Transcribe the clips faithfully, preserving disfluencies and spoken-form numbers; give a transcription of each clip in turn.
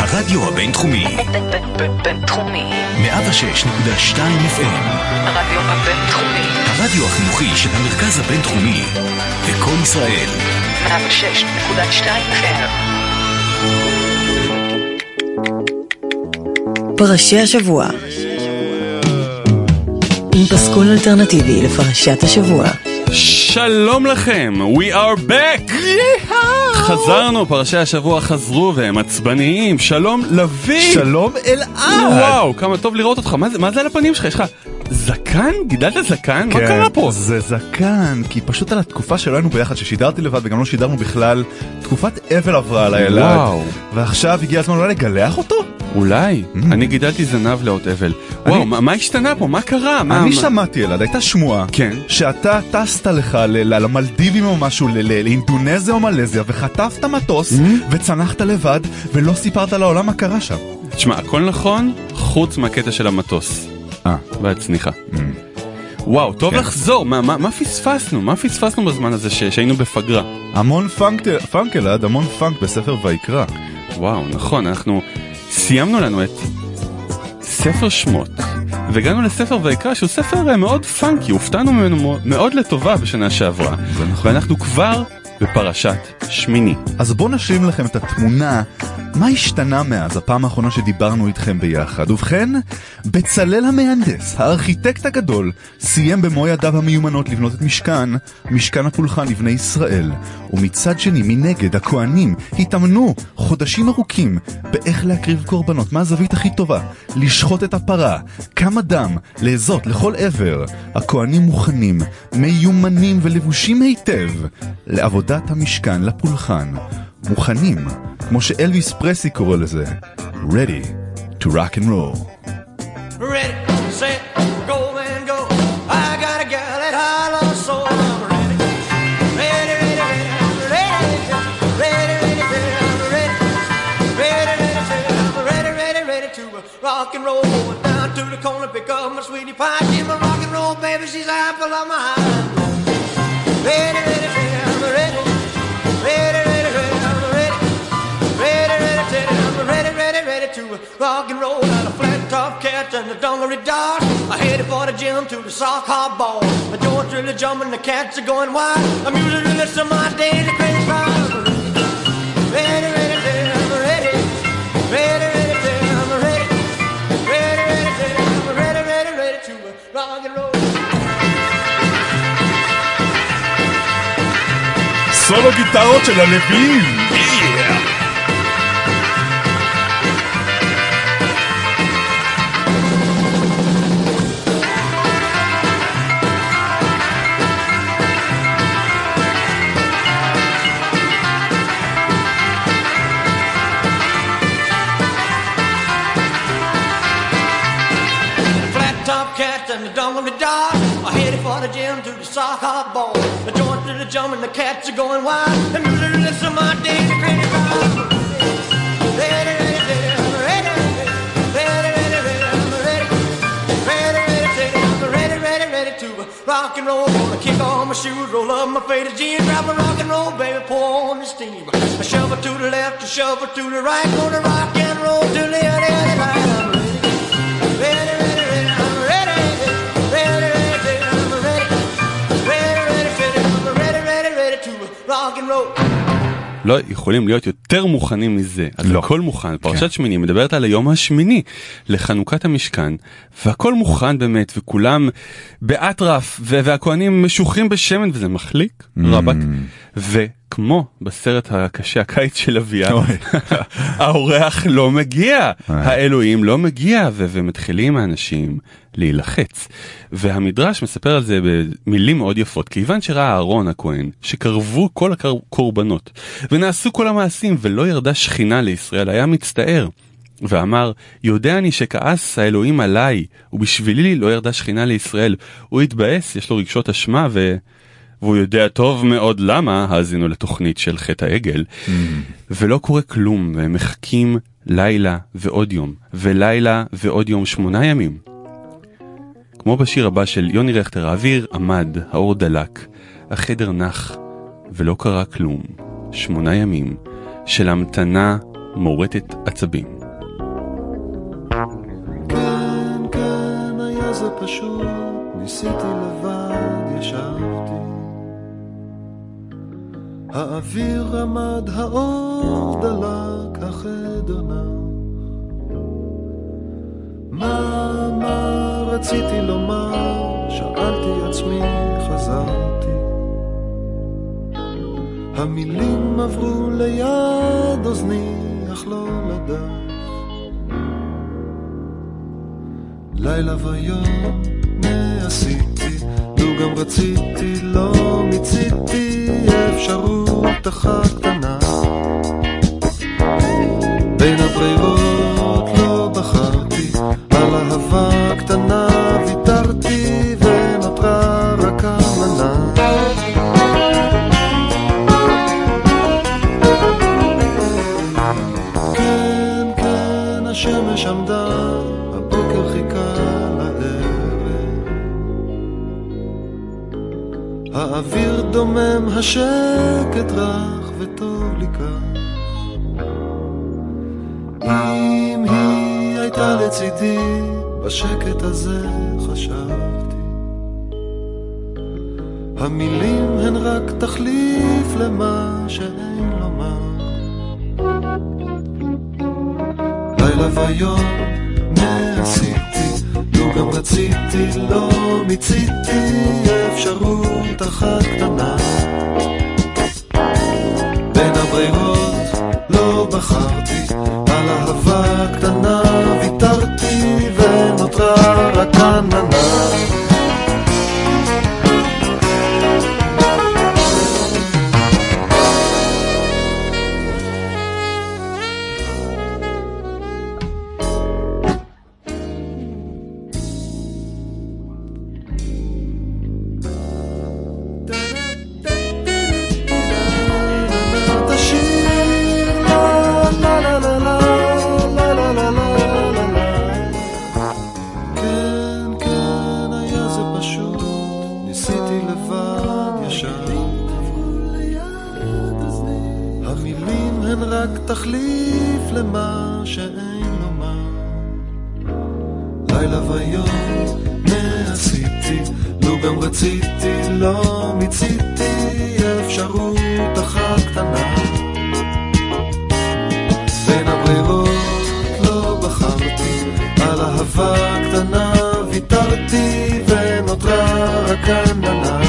הרדיו הבינתחומי. בינתחומי. מאה ושש נקודה שתיים אף אם. הרדיו הבינתחומי. הרדיו החינוכי של המרכז הבינתחומי. לקום ישראל. מאה ושש נקודה שתיים אף אם. פרשי השבוע. עם פסקול אלטרנטיבי לפרשת השבוע. שלום לכם, we are back! חזרנו, פרשי השבוע חזרו והם עצבניים. שלום לוי! שלום אלעד! וואו, כמה טוב לראות אותך. מה זה, מה זה על הפנים שלך? יש לך זקן? גידלת זקן? כן, מה קרה פה? זה זקן, כי פשוט על התקופה שלא היינו ביחד, ששידרתי לבד וגם לא שידרנו בכלל, תקופת אבל עברה על הילד. וואו. ועכשיו הגיע הזמן אולי לגלח אותו? אולי. Mm. אני גידלתי זנב לאות אבל. וואו, מה, מה השתנה פה? מה קרה? מה, אני מה... שמעתי אלעד, הייתה שמועה. כן. שאתה טסת לך ל- ל- למלדיבים או משהו, ל- ל- לאינדונזיה או מלזיה, וחטפת מטוס, Mm. וצנחת לבד, ולא סיפרת לעולם מה קרה שם. תשמע, הכל נכון, חוץ מהקטע של המטוס. אה. והצניחה. Mm. וואו, טוב כן. לחזור. מה, מה, מה פספסנו? מה פספסנו בזמן הזה ש- שהיינו בפגרה? המון פאנק, פאנק אלעד, המון פאנק בספר ויקרא. וואו, נכון, אנחנו סיימנו לנו את ספר שמות, והגענו לספר ויקרא, שהוא ספר מאוד פאנקי, הופתענו ממנו מאוד לטובה בשנה שעברה. זה נכון. ואנחנו כבר בפרשת שמיני. אז בואו נשלים לכם את התמונה, מה השתנה מאז הפעם האחרונה שדיברנו איתכם ביחד. ובכן, בצלאל המהנדס, הארכיטקט הגדול, סיים במו ידיו המיומנות לבנות את משכן, משכן הפולחן לבני ישראל. ומצד שני, מנגד, הכהנים התאמנו חודשים ארוכים באיך להקריב קורבנות. מה הזווית הכי טובה? לשחוט את הפרה, כמה דם, לעזות לכל עבר. הכהנים מוכנים, מיומנים ולבושים היטב לעבודת המשכן, לפולחן. מוכנים, כמו שאלוויס פרסלי קורא לזה, ready to rock and roll. Ready, set, go and go. I got a gal at Hollow Soul. I'm ready, ready, ready, ready, ready, ready, ready, ready, ready, ready, ready to rock and roll. Going down to the corner, pick up my sweetie pie. She's my rock and roll baby, she's the apple of my eye. Ready, ready, ready, I'm ready, ready, ready, ready, I'm ready, ready, ready, I'm ready, ready, ready to rock and roll. Out of flat top cats and the dungaree dogs. I headed for the gym to the sock hop ball. The joints really jumping, the cats are going wild. The music really some my daily crazy crowd. Ready, ready, ready, I'm ready, ready, ready, ready, I'm ready, ready, ready, ready, I'm ready, ready, ready to rock and roll. סולו גיטרות של הלווים. And the dungaree dogs are headed for the gym to the sock hop ball. The joints to the jump and the cats are going wild. The music is some my days are crazy crowd. Ready, ready, ready, I'm ready, ready, ready, ready, I'm ready, ready, ready, ready, I'm ready, ready, ready to rock and roll. Gonna kick on my shoes, roll up my faded jeans, grab a rock and roll, baby, pour on the steam. A shovel to the left, a shovel to the right, gonna rock and roll till the end of the night. I'm ready, ready. לא יכולים להיות יותר מוכנים מזה. אז לא. הכל מוכן. פרשת כן. שמיני מדברת על היום השמיני לחנוכת המשכן, והכל מוכן באמת, וכולם באטרף, והכהנים משוחים בשמן, וזה מחליק, Mm. רבק. וכמו בסרט הקשה, הקיץ של אביה, האורח לא מגיע, האלוהים לא מגיע, ו- ומתחילים האנשים להילחץ. והמדרש מספר על זה במילים מאוד יפות, כיוון שראה אהרון הכהן, שקרבו כל הקורבנות, ונעשו כל המעשים, ולא ירדה שכינה לישראל, היה מצטער. ואמר, יודע אני שכעס האלוהים עליי, ובשבילי לא ירדה שכינה לישראל. הוא התבאס, יש לו רגשות אשמה, ו... והוא יודע טוב מאוד למה, האזינו לתוכנית של חטא העגל, mm. ולא קורה כלום, והם מחכים לילה ועוד יום, ולילה ועוד יום, שמונה ימים. כמו בשיר הבא של יוני רכטר, האוויר עמד, האור דלק, החדר נח, ולא קרה כלום. שמונה ימים של המתנה מורטת עצבים. זה פשוט, ניסיתי לבד, ישבתי. האוויר עמד, האור דלק, החדר נח. מה, מה רציתי לומר? שאלתי עצמי, חזרתי. המילים עברו ליד אוזני, אך לא לדעת. לילה ויום נעשיתי, לו גם רציתי, לא מיציתי אפשרות אחת קטנה. בין הברירות לא בחרתי, על אהבה קטנה ויתרתי, ונותרה רק אמנה. כן, כן, השמש עמדה, הבוקר חיכה לערב. האוויר דומם, השקט רך וטוב לי כך. אם היא הייתה לצידי, בשקט הזה חשבתי. המילים הן רק תחליף למה שאין לומר. לילה ויום נעשיתי, לו גם רציתי, לא מיציתי אפשרות אחת קטנה. בין הברירות לא בחרתי, על אהבה קטנה ויתרתי, ונותרה רק עננה. תחליף למה שאין לומר. לילה ויום נעשיתי, לו גם רציתי, לא מיציתי אפשרות אחת קטנה. בין הברירות לא בחרתי, על אהבה קטנה ויתרתי, ונותרה רק עננה.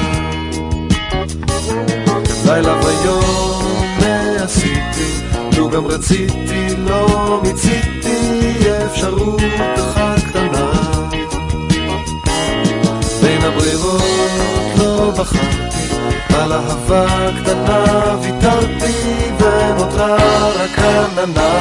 לילה ויום נעשיתי, לו גם רציתי, לא מיציתי אפשרות אחת קטנה. בין הברירות לא בחרתי, על אהבה קטנה ויתרתי, ונותרה רק עננה.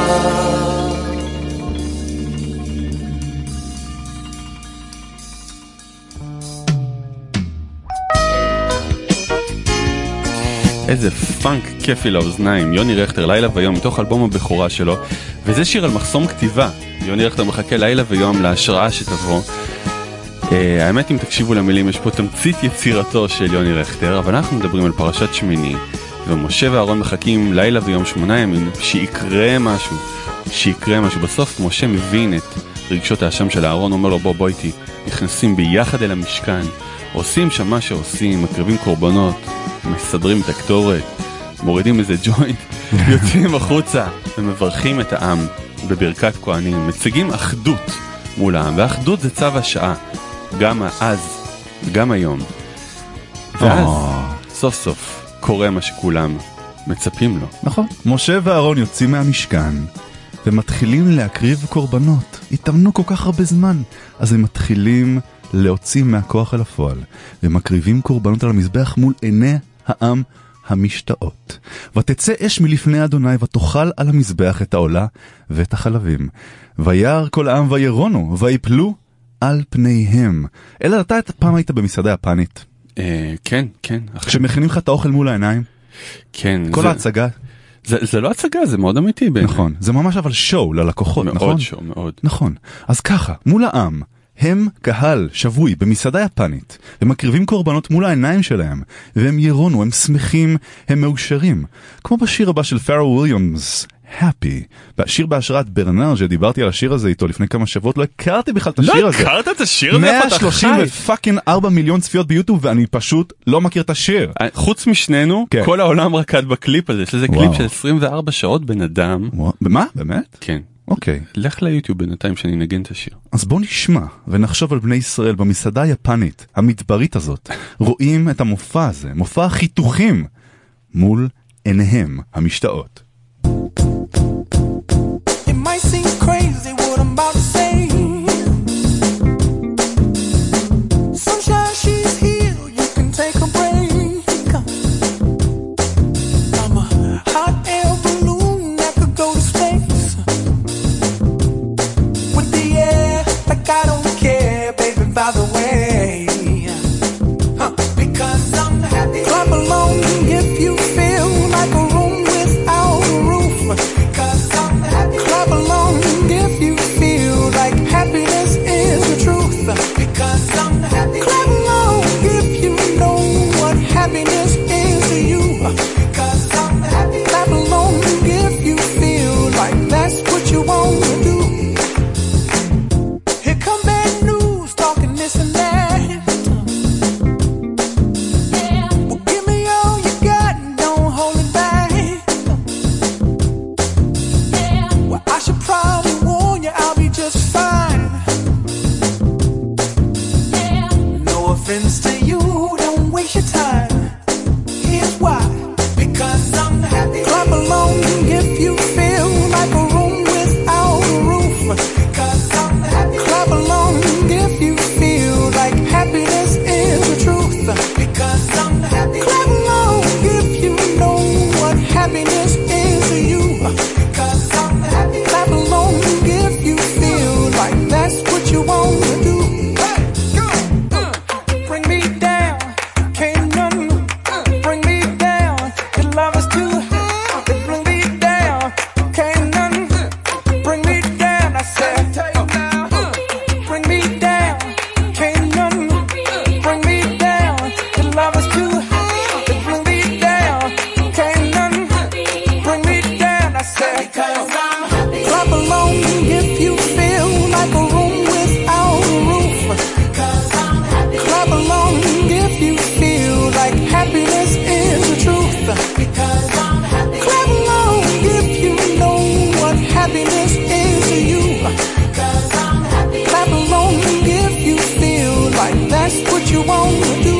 איזה פאנק כיפי לאוזניים, יוני רכטר, לילה ויום, מתוך אלבום הבכורה שלו, וזה שיר על מחסום כתיבה. יוני רכטר מחכה לילה ויום להשראה שתבוא. Uh, האמת, אם תקשיבו למילים, יש פה תמצית יצירתו של יוני רכטר, אבל אנחנו מדברים על פרשת שמיני, ומשה ואהרון מחכים לילה ויום שמונה ימים, שיקרה משהו, שיקרה משהו. בסוף משה מבין את רגשות האשם של אהרון, אומר לו בוא בוא איתי, נכנסים ביחד אל המשכן, עושים שם מה שעושים, מקריבים קורבנות, מסדרים את הקטורת, מורידים איזה ג'וינט, יוצאים החוצה ומברכים את העם בברכת כהנים, מציגים אחדות מול העם, והאחדות זה צו השעה, גם אז, גם היום. ואז סוף סוף קורה מה שכולם מצפים לו. נכון, משה ואהרון יוצאים מהמשכן ומתחילים להקריב קורבנות. התאמנו כל כך הרבה זמן, אז הם מתחילים להוציא מהכוח אל הפועל, ומקריבים קורבנות על המזבח מול עיני העם המשתאות. ותצא אש מלפני אדוני, ותאכל על המזבח את העולה ואת החלבים. וירא כל העם וירונו, ויפלו על פניהם. אלא אתה פעם היית במסעדה יפנית? אה, כן, כן. כשמכינים לך את האוכל מול העיניים? כן. כל זה... ההצגה? זה, זה לא הצגה, זה מאוד אמיתי בעיני. נכון, זה ממש אבל שואו ללקוחות, מאוד נכון? מאוד שואו, מאוד. נכון. אז ככה, מול העם, הם קהל שבוי במסעדה יפנית, ומקריבים קורבנות מול העיניים שלהם, והם ירונו, הם שמחים, הם מאושרים. כמו בשיר הבא של פארו וויליאמס, Happy. השיר בהשראת ברנר, שדיברתי על השיר הזה איתו לפני כמה שבועות, לא הכרתי בכלל את השיר לא הזה. לא הכרת את השיר הזה? מאה שלושים ופאקינג ארבע מיליון צפיות ביוטיוב, ואני פשוט לא מכיר את השיר. חוץ משנינו, כן. כל העולם רקד בקליפ הזה. יש לזה קליפ של עשרים וארבע שעות בן אדם. מה? באמת? כן. אוקיי. לך ליוטיוב בינתיים שאני נגן את השיר. אז בוא נשמע ונחשוב על בני ישראל במסעדה היפנית, המדברית הזאת. רואים את המופע הזה, מופע החיתוכים, מול עיניהם המשתאות. It might seem crazy what I'm about to say. Sunshine, she's here, you can take a break. I'm a hot air balloon that could go to space. With the air, like I don't care, baby, by the way. Huh. Because I'm happy. Clap along if you feel like a room without a roof. Because I'm happy. Clap along if you feel like happiness is the truth. Because I'm happy. Clap along if you know what happiness is to you. Because I'm happy. Clap along if you feel like that's what you want to do. Here come bad news talking this and that. Well, give me all you got and don't hold it back. Well, I should probably warn you, I'll be just fine. No offense to you, don't waste your time. Here's why. Because I'm happy. Clap along if you feel like a room without a roof. Because I'm happy. Clap along if you feel like happiness is the truth. Because I'm happy. Clap along if you know what happiness is to you. Because I'm happy. Clap along if you feel like that's what you want to do. Hey, go. Uh, bring me down, can't none bring me down. Your love is too high, bring me down, can't none bring me down. I said, bring me down, can't none bring me down. Your love is too high, bring me down, can't none bring me down. I said, clap along if you feel like a room without a roof. Clap along if you feel like happiness is the truth. Clap along if you know what happiness is to you. Clap along if you feel like that's what you want to do.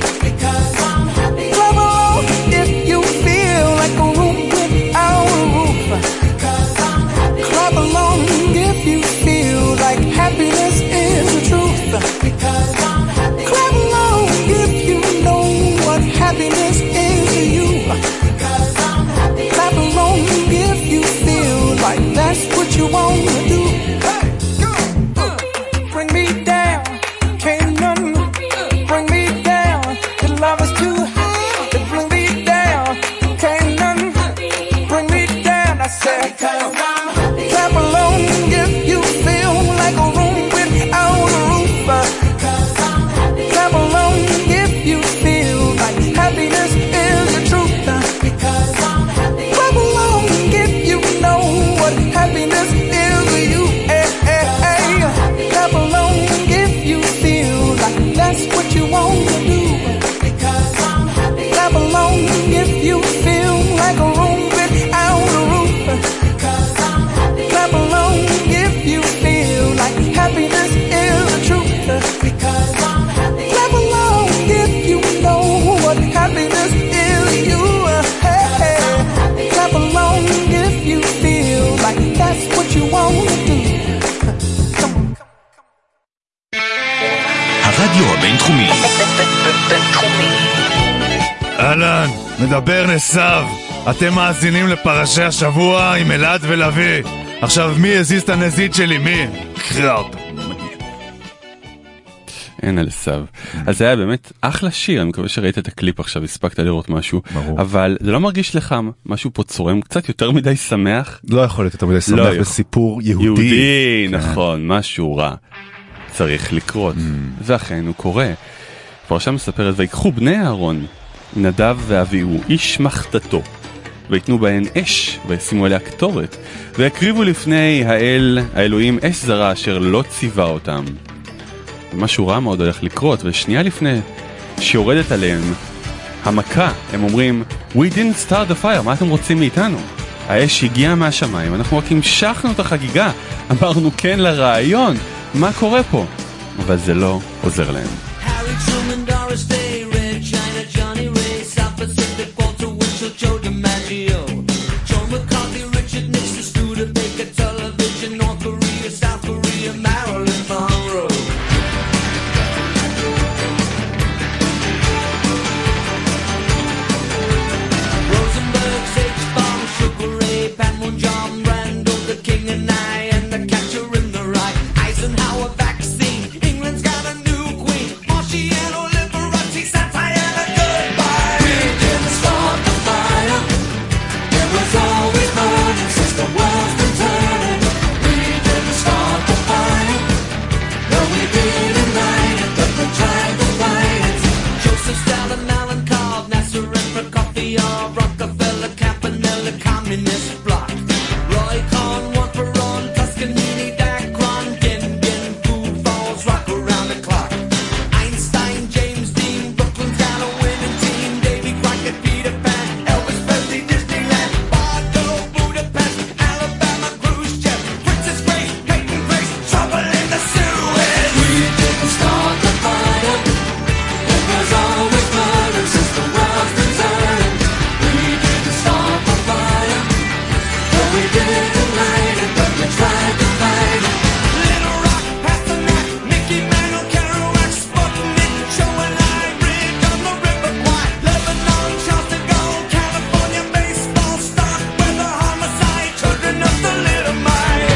Clap along if you feel like a room without a roof. Clap along if you feel like happiness is the truth. Clap along if you know what happiness is to you. Clap along if you feel like that's what you want to do. Hey, go. Uh, bring me down, can't none bring me down. Your love is too high, to bring me down, can't none bring me down. I said, clap along if you feel like a room without a roof. Clap along if you feel like happiness is the truth. Clap along if you know what happiness is to you. Hey, hey, hey. Clap along if you feel like that's what you want to do. Clap along if you feel like a room without a roof. Clap along if you feel like happiness is the truth. Clap along if you know what happiness is to you. Hey, hey. Clap along if you feel like that's what you want to do. הרדיו הבינתחומי. בינתחומי. אהלן, מדבר נסב. אתם מאזינים לפרשי השבוע עם אלעד ולוי. עכשיו מי הזיז את הנזית שלי? מי? קראפ. אין על סב. אז זה היה באמת אחלה שיר, אני מקווה שראית את הקליפ עכשיו, הספקת לראות משהו, ברור. אבל זה לא מרגיש לך משהו פה צורם, קצת יותר מדי שמח. לא יכול להיות יותר מדי שמח לא בסיפור יהודי. יהודי, כן. נכון, משהו רע. צריך לקרות, Mm. ואכן הוא קורה. פרשה מספרת, ויקחו בני אהרון, נדב ואביהו, איש מחתתו, ויתנו בהן אש, וישימו עליה קטורת, ויקריבו לפני האל, האלוהים אש זרה אשר לא ציווה אותם. ומשהו רע מאוד הולך לקרות, ושנייה לפני שיורדת עליהם המכה, הם אומרים, We didn't start the fire, מה אתם רוצים מאיתנו? האש הגיעה מהשמיים, אנחנו רק המשכנו את החגיגה, אמרנו כן לרעיון, מה קורה פה? אבל זה לא עוזר להם. Harry Truman, Doris Day, Red China, Johnny Ray, South Pacific, Walter Winchell, Joe DiMaggio, Joe McCarthy, Richard Nixon, Studebaker, Television, North Korea, South Korea, Marilyn Monroe. Rosenberg, H-Bomb, Sugar Ray, Panmunjom, Randall, the King and I, and the Catcher in the Rye, Eisenhower vaccine, England's got a new queen, Marciano, Liberace, satire, and a goodbye. We didn't start the fire, it was always burning since the world's been turning. We didn't start the fire, no we didn't light it, but we tried to fight it. Joseph Stalin, Alan Cobb, Nasser and Prokofiev, Rockefeller, Campanella, Communist Bloc, Roy Cohn, one for on, Tuscanini, Dacron, Gin, Food Falls, rock around the clock. Einstein, James Dean, Brooklyn's got a winning team, Davy Crockett, Peter Pan, Elvis Presley, Disneyland, Bardo, Budapest, Alabama, Khrushchev, Princess Grace, Peyton Grace, trouble in the Suez. We didn't start the fire, it was always burning since the world's been turning. We didn't start the fire, no we didn't light it, but we tried to fight it. Little Rock, Pasternak, Mickey Mantle, Kerouac, Sputnik, Joe and I, Rig on the River Kwai, Lebanon, Charles de Gaulle, California, baseball, stock, weather, homicide, children of the little mite.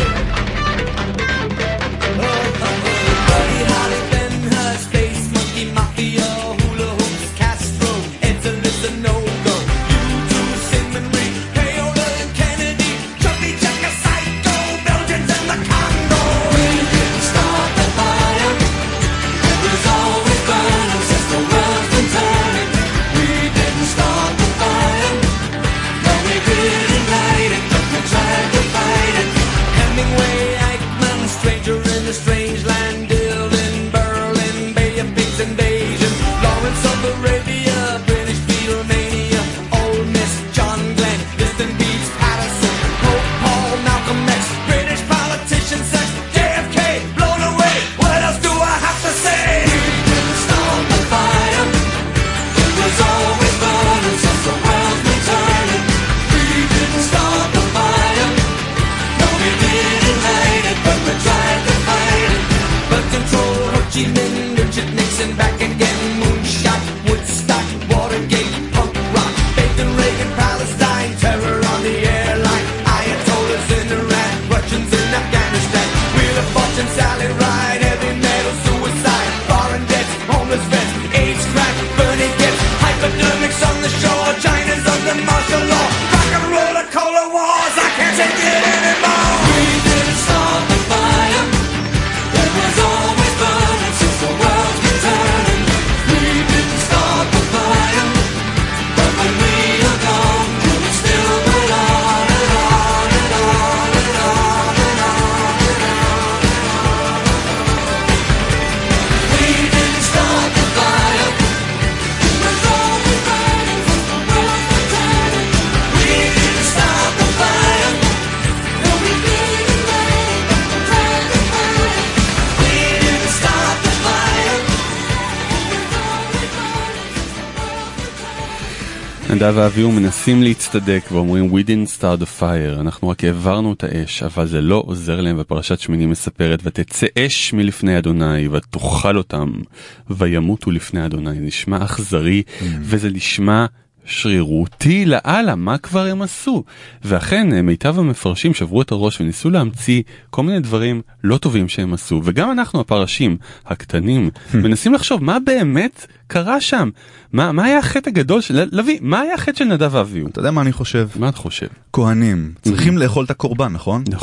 Buddy Holly, Ben Hur, Space Monkey, Mafia, Hula Hoops, Castro, Enter Listen, No-Go, U two, Simon Reed, Payola and Kennedy, Chubby Checker, Psycho, Belgians and the Congo. We didn't start the fire, it was always burning since the world's been turning. We didn't start the fire, no we didn't light it, but we tried to fight it. Hemingway, Eichmann, Stranger in the Strange Land, Dylan, Berlin, Bay of Pigs Invasion, Lawrence of Arabia, British Beatlemania, Ole Miss, John Glenn, Liston Beats, Patterson, Pope Paul, Malcolm X, British politician sex, J F K, blown away, what else do I have to say? We didn't start the fire, it was always burning since the world's been turning. We didn't start the fire, no we didn't light it, but we tried to fight it. But control, Ho Chi Minh, Richard Nixon, back again, moonshot, Woodstock, Watergate, punk rock, Bacon, Reagan, Palestine, terror on the airline, Ayatollahs in Iran, Russians in Afghanistan, Wheel of Fortune, Sally Ride, heavy metal, suicide, foreign debts, homeless vets, AIDS crack, burning gifts, hypodermics on the shore, China's under martial law, rock and roller, cola wars, I can't take it anymore. We didn't start the fire, it was always burning since the world's been turning. We didn't start the fire, but when we are gone, it still went on and on and on and on and on and on. We didn't start the fire, it was always burning since the world's been turning. We didn't start the fire, no we didn't light it, but we tried to fight it. We didn't start the fire, it was always burning since the world's been turning. נדב ואביהו מנסים להצטדק ואומרים We didn't start the fire, אנחנו רק העברנו את האש, אבל זה לא עוזר להם. ופרשת שמיני מספרת ותצא אש מלפני אדוני ותאכל אותם וימותו לפני אדוני. נשמע אכזרי וזה נשמע שרירותי לאללה, מה כבר הם עשו? ואכן מיטב המפרשים שברו את הראש וניסו להמציא כל מיני דברים לא טובים שהם עשו, וגם אנחנו הפרשים הקטנים מנסים לחשוב מה באמת קרה שם, מה, מה היה החטא הגדול של לוי, מה היה החטא של נדב ואביהו? אתה יודע מה אני חושב? מה אתה חושב? כהנים צריכים לאכול את הקורבן, נכון? נכון.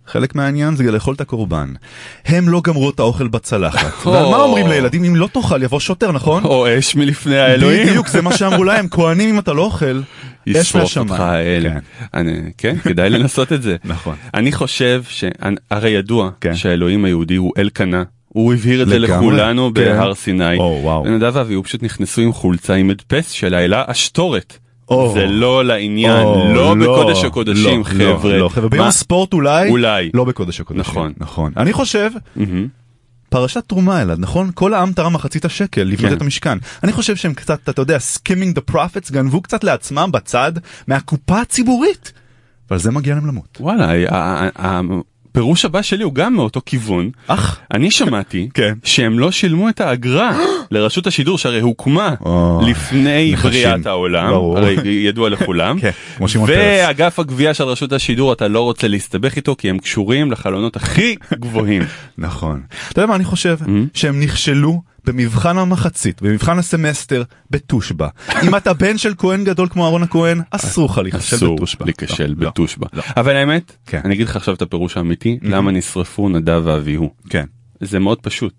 חלק מהעניין זה לאכול את הקורבן. הם לא גמרו את האוכל בצלחת. ועל מה אומרים לילדים? אם לא תאכל יבוא שוטר, נכון? או אש מלפני האלוהים. בדיוק, זה מה שאמרו להם. כהנים אם אתה לא אוכל, אש מהשמיים. אותך האל. כן, כדאי לנסות את זה. נכון. אני חושב שהרי ידוע שהאלוהים היהודי הוא אל קנה. הוא הבהיר את זה לכולנו בהר סיני. ונדב ואביהו פשוט נכנסו עם חולצה עם מדפס של האלה אשתורת. זה לא לעניין, לא בקודש הקודשים, חבר'ה. לא, חבר'ה, ביום הספורט אולי, אולי, לא בקודש הקודשים. נכון. נכון. אני חושב, פרשת תרומה אלעד, נכון? כל העם תרם מחצית השקל לבנות את המשכן. אני חושב שהם קצת, אתה יודע, skimming the prophets, גנבו קצת לעצמם בצד מהקופה הציבורית. ועל זה מגיע להם למות. וואלה, הפירוש הבא שלי הוא גם מאותו כיוון. אך? אני שמעתי שהם לא שילמו את האגרה לרשות השידור שהרי הוקמה לפני בריאת העולם, הרי ידוע לכולם, ואגף הגבייה של רשות השידור אתה לא רוצה להסתבך איתו כי הם קשורים לחלונות הכי גבוהים. נכון. אתה יודע מה אני חושב? שהם נכשלו במבחן המחצית, במבחן הסמסטר, בתושבע. אם אתה בן של כהן גדול כמו אהרון הכהן, אסור לך להיכשל בתושבע. אסור להיכשל בתושבע. אבל האמת, אני אגיד לך עכשיו את הפירוש האמיתי, למה נשרפו נדב ואביהו. כן. זה מאוד פשוט.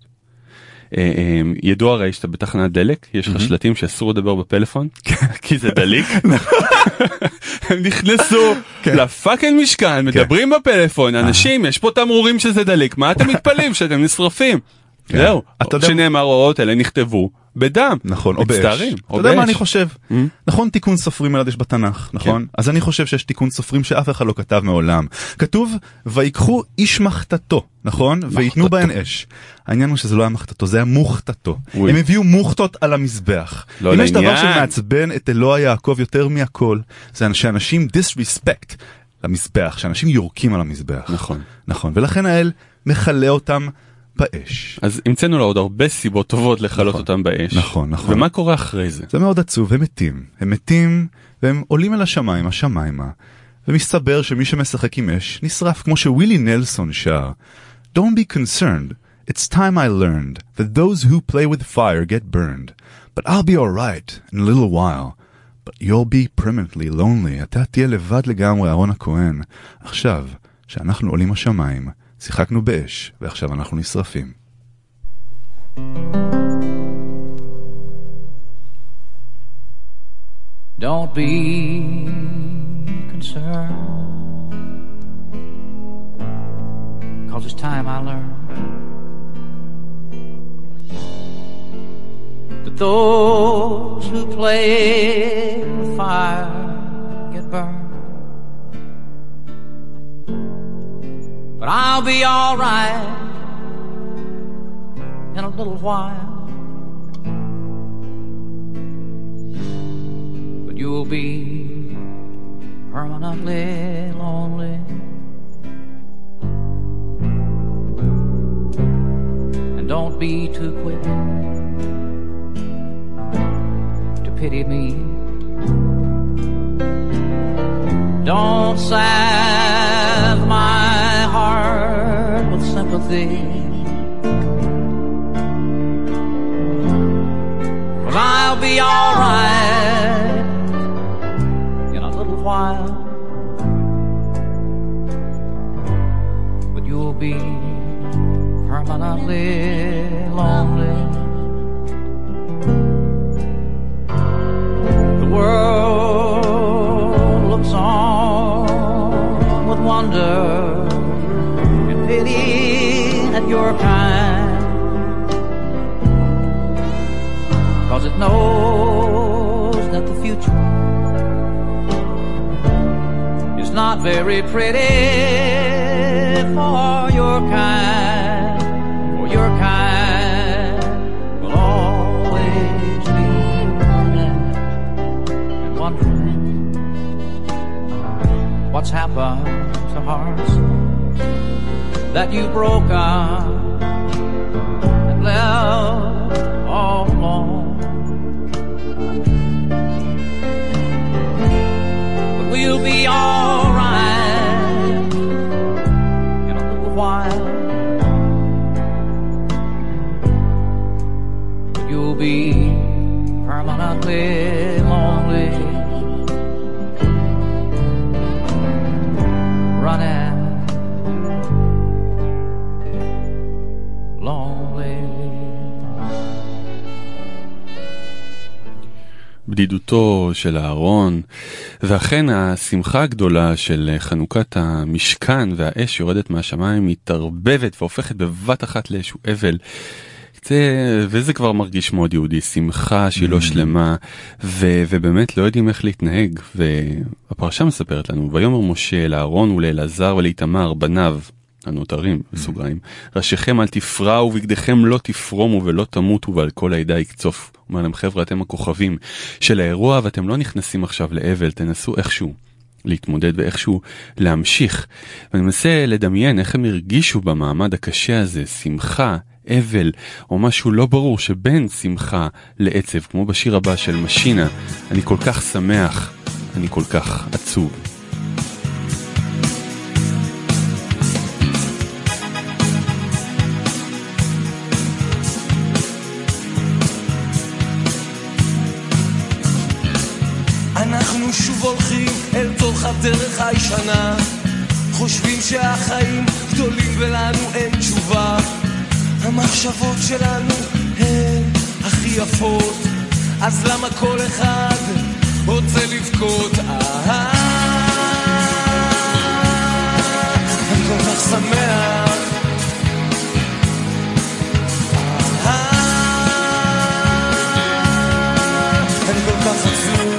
ידוע הרי שאתה בתחנת דלק, יש לך שלטים שאסור לדבר בפלאפון, כי זה דליק. הם נכנסו לפאקינג משכן, מדברים בפלאפון, אנשים, יש פה תמרורים שזה דליק, מה אתם מתפלאים שאתם נשרפים? זהו, שנאמר ההוראות האלה נכתבו בדם. נכון, או באש. אתה יודע מה אני חושב? נכון, תיקון סופרים ילד יש בתנ"ך, נכון? אז אני חושב שיש תיקון סופרים שאף אחד לא כתב מעולם. כתוב, ויקחו איש מחתתו, נכון? ויתנו בהן אש. העניין הוא שזה לא היה מחתתו, זה היה מוחתתו. הם הביאו מוחתות על המזבח. אם יש דבר שמעצבן את אלוה יעקב יותר מהכל, זה שאנשים disrespect למזבח, שאנשים יורקים על המזבח. נכון. נכון, ולכן האל מחלה אותם באש. אז המצאנו לו עוד הרבה סיבות טובות לחלות נכון, אותם באש. נכון, נכון. ומה קורה אחרי זה? זה מאוד עצוב, הם מתים. הם מתים והם עולים אל השמיים, השמיימה. ומסתבר שמי שמשחק עם אש נשרף כמו שווילי נלסון שר. Don't be concerned. It's time I learned that those who play with fire get burned. But I'll be alright in a little while. But you'll be permanently lonely. אתה תהיה לבד לגמרי, אהרון הכהן. עכשיו, שאנחנו עולים השמיים, שיחקנו באש, ועכשיו אנחנו נשרפים. Don't be concerned, 'cause it's time I learned that those who play with fire get burned. But I'll be all right in a little while. But you'll be permanently lonely. And don't be too quick to pity me. Don't salve my heart with sympathy, 'cause I'll be all right in a little while. But you'll be permanently lonely. The world looks on with wonder and pity at your kind, 'cause it knows that the future is not very pretty for your kind, for your kind will always be wondering and wondering what's happened to hearts that you broke up and left all alone. But we'll be all right in a little while. But you'll be permanently lonely, running בדידותו של הארון, ואכן השמחה הגדולה של חנוכת המשכן והאש יורדת מהשמיים מתערבבת והופכת בבת אחת לאיזשהו אבל. זה, וזה כבר מרגיש מאוד יהודי, שמחה שהיא לא שלמה, ו, ובאמת לא יודעים איך להתנהג. והפרשה מספרת לנו, ויאמר משה לאהרון ולאלעזר ולאיתמר בניו הנותרים בסוגריים, ראשיכם אל תפרעו ובגדיכם לא תפרומו ולא תמותו ועל כל העדה יקצוף. אומר להם, חבר'ה, אתם הכוכבים של האירוע ואתם לא נכנסים עכשיו לאבל, תנסו איכשהו להתמודד ואיכשהו להמשיך. ואני מנסה לדמיין איך הם הרגישו במעמד הקשה הזה, שמחה, אבל, או משהו לא ברור שבין שמחה לעצב, כמו בשיר הבא של משינה, אני כל כך שמח, אני כל כך עצוב. אנחנו שוב הולכים אל תוך הדרך הישנה, חושבים שהחיים גדולים ולנו אין תשובה, המחשבות שלנו הן הכי יפות, אז למה כל אחד רוצה לבכות? אה, אני כל כך שמח, אה, אני כל כך עצוב.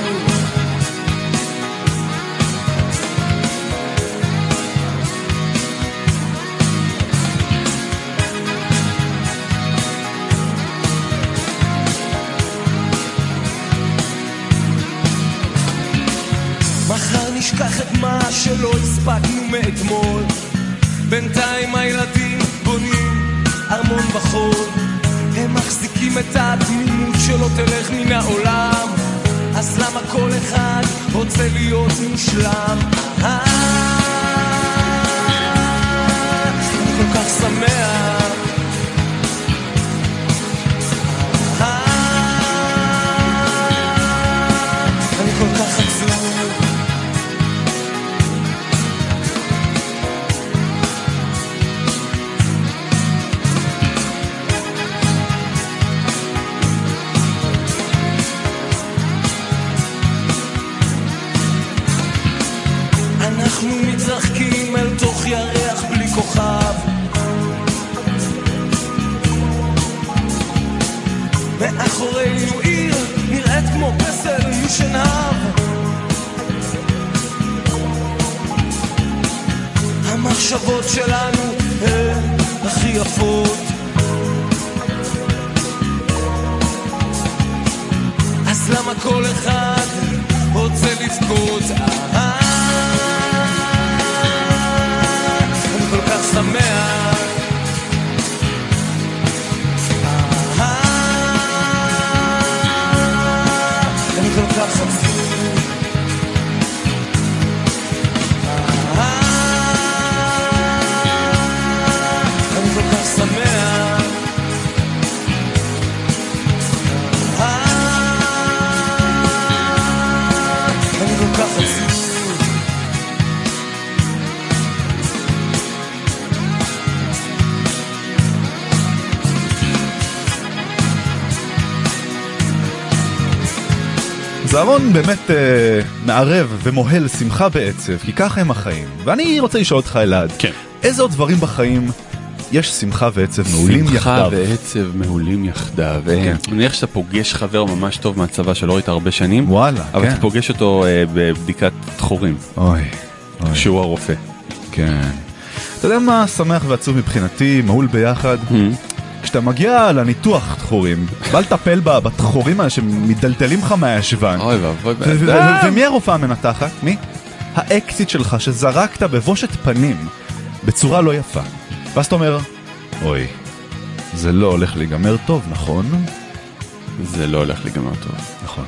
מחר נשכח את מה שלא הספקנו מאתמול, בינתיים הילדים בונים ארמון בחול, הם מחזיקים את התמימות שלא תלך מן העולם, אז למה כל אחד רוצה להיות מושלם? אה, אני כל כך שמח, אה, אני כל כך עצוב. אנחנו מתרחקים אל תוך ירח בלי כוכב, מאחורינו עיר נראית כמו פסל משנהב, המחשבות שלנו הן הכי יפות, אז למה כל אחד רוצה לבכות? אה, כל כך שמח, אה, אני כל כך עצוב, אה, אני כל כך שמח, אה, אני כל כך עצוב. אז אהרון באמת אה, מערב ומוהל שמחה בעצב, כי ככה הם החיים. ואני רוצה לשאול אותך אלעד, כן. איזה עוד דברים בחיים יש שמחה ועצב מעולים שמחה יחדיו? שמחה ועצב מעולים יחדיו. כן. אני מניח שאתה פוגש חבר ממש טוב מהצבא שלא ראית הרבה שנים, וואלה, אבל כן. אתה פוגש אותו אה, בבדיקת תחורים, אוי, אוי. שהוא הרופא. כן. אתה יודע מה שמח ועצוב מבחינתי, מהול ביחד? כשאתה מגיע לניתוח תחורים, בא לטפל בתחורים האלה שמדלדלים לך מהישבן. אוי ואבוי, ומי הרופאה המנתחת? מי? האקסיט שלך שזרקת בבושת פנים בצורה לא יפה. ואז אתה אומר, אוי, זה לא הולך להיגמר טוב, נכון? זה לא הולך להיגמר טוב. נכון.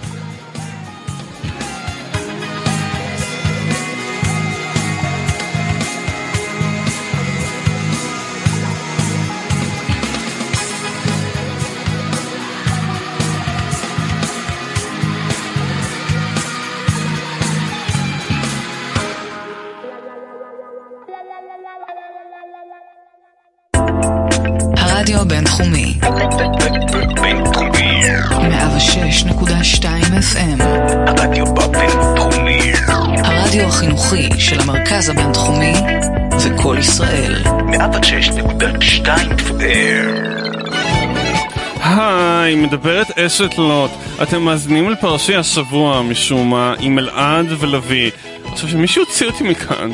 הרדיו בינתחומי. בינתחומי. מאה ושש נקודה שתיים אף אם. הרדיו הבינתחומי. הרדיו החינוכי של המרכז הבינתחומי זה כל ישראל. מאה ושש נקודה שתיים אף אם. היי, מדברת אשת לוט. אתם מאזינים לפרשי השבוע משום מה עם אלעד ולוי. עכשיו שמישהו הוציא אותי מכאן.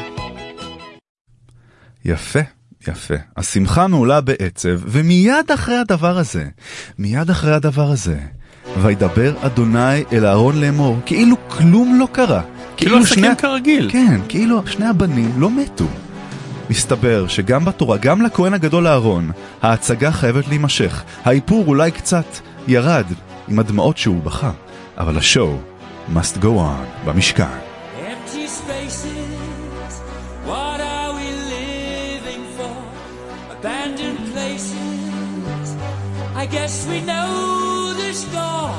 יפה, יפה. השמחה מעולה בעצב, ומיד אחרי הדבר הזה, מיד אחרי הדבר הזה, וידבר אדוני אל אהרון לאמור, כאילו כלום לא קרה. כאילו עסקים כרגיל. כן, כאילו שני הבנים לא מתו. מסתבר שגם בתורה, גם לכהן הגדול אהרון, ההצגה חייבת להימשך. האיפור אולי קצת ירד עם הדמעות שהוא בכה, אבל השואו must go on במשכן. Empty spaces, what are we living for? Abandoned places, I guess we know the score.